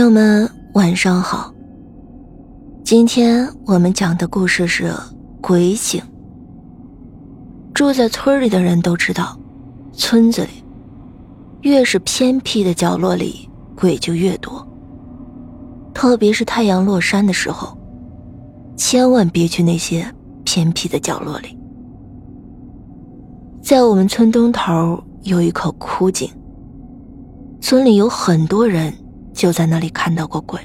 友们晚上好，今天我们讲的故事是鬼井。住在村里的人都知道，村子里越是偏僻的角落里鬼就越多，特别是太阳落山的时候，千万别去那些偏僻的角落里。在我们村东头有一口枯井，村里有很多人就在那里看到过鬼。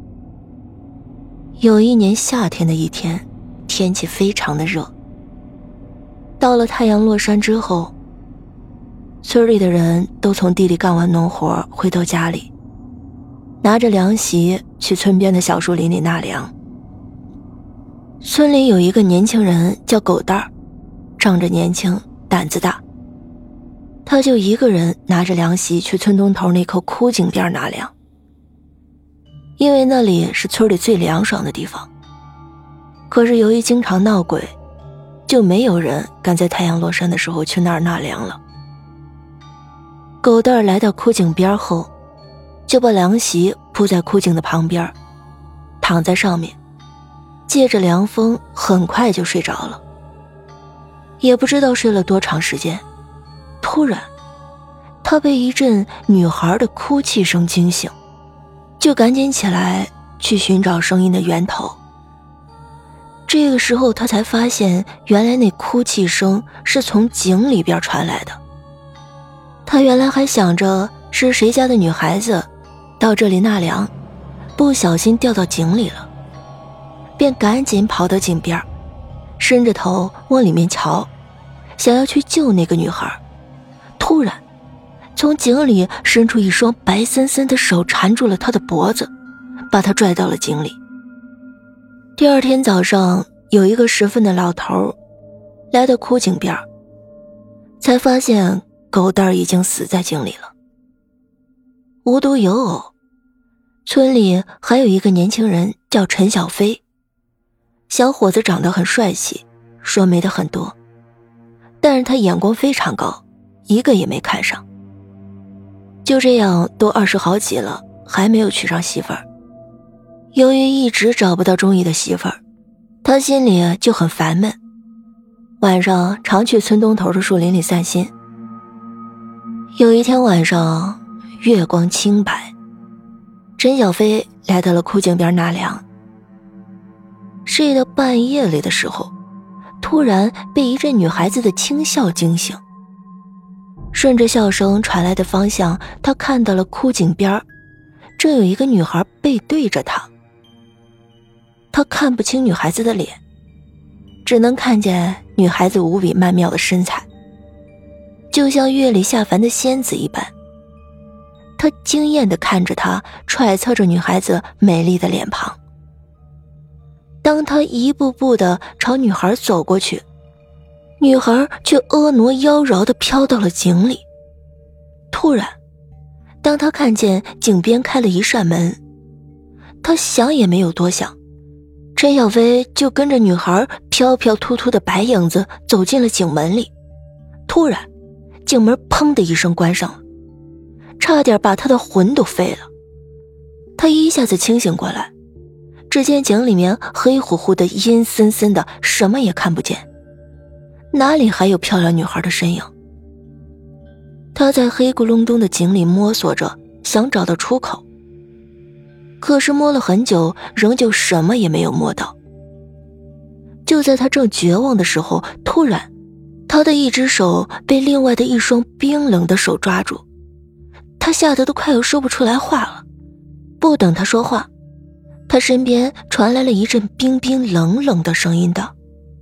有一年夏天的一天，天气非常的热，到了太阳落山之后，村里的人都从地里干完农活回到家里，拿着凉席去村边的小树林里纳凉。村里有一个年轻人叫狗蛋儿，仗着年轻胆子大，他就一个人拿着凉席去村东头那口枯井边纳凉。因为那里是村里最凉爽的地方，可是由于经常闹鬼，就没有人敢在太阳落山的时候去那儿纳凉了。狗蛋儿来到枯井边后，就把凉席铺在枯井的旁边，躺在上面，借着凉风很快就睡着了。也不知道睡了多长时间，突然他被一阵女孩的哭泣声惊醒，就赶紧起来去寻找声音的源头。这个时候他才发现，原来那哭泣声是从井里边传来的。他原来还想着是谁家的女孩子到这里纳凉，不小心掉到井里了，便赶紧跑到井边，伸着头往里面瞧，想要去救那个女孩。突然从井里伸出一双白森森的手，缠住了他的脖子，把他拽到了井里。第二天早上，有一个十分的老头来到枯井边，才发现狗蛋儿已经死在井里了。无独有偶，村里还有一个年轻人叫陈小飞，小伙子长得很帅气，说媒的很多，但是他眼光非常高，一个也没看上。就这样都20好几了，还没有娶上媳妇儿。由于一直找不到中意的媳妇儿，他心里就很烦闷，晚上常去村东头的树林里散心。有一天晚上，月光清白，陈小飞来到了枯井边纳凉。睡到半夜里的时候，突然被一阵女孩子的轻笑惊醒。顺着笑声传来的方向，他看到了枯井边正有一个女孩背对着他。他看不清女孩子的脸，只能看见女孩子无比曼妙的身材，就像月里下凡的仙子一般。他惊艳地看着她，揣测着女孩子美丽的脸庞。当他一步步地朝女孩走过去，女孩却婀娜妖娆地飘到了井里。突然，当他看见井边开了一扇门，他想也没有多想，陈小飞就跟着女孩飘飘突突的白影子走进了井门里。突然，井门砰的一声关上了，差点把他的魂都飞了。他一下子清醒过来，只见井里面黑乎乎的，阴森森的，什么也看不见，哪里还有漂亮女孩的身影。他在黑咕隆咚的井里摸索着，想找到出口，可是摸了很久，仍旧什么也没有摸到。就在他正绝望的时候，突然他的一只手被另外的一双冰冷的手抓住，他吓得都快要说不出来话了。不等他说话，他身边传来了一阵冰冰冷冷的声音道：“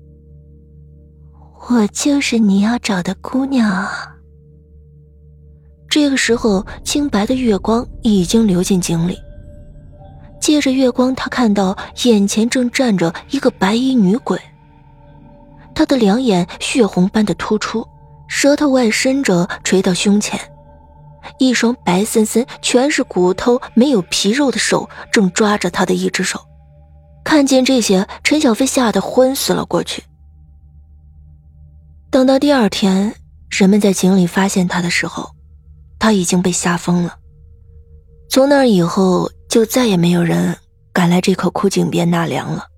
我就是你要找的姑娘啊。”这个时候，清白的月光已经流进井里，借着月光，他看到眼前正站着一个白衣女鬼。她的两眼血红般的突出，舌头外伸着垂到胸前，一双白森森全是骨头没有皮肉的手正抓着他的一只手。看见这些，陈小飞吓得昏死了过去。等到第二天，人们在井里发现他的时候，他已经被吓疯了。从那以后， 就再也没有人敢来这口枯井边纳凉了。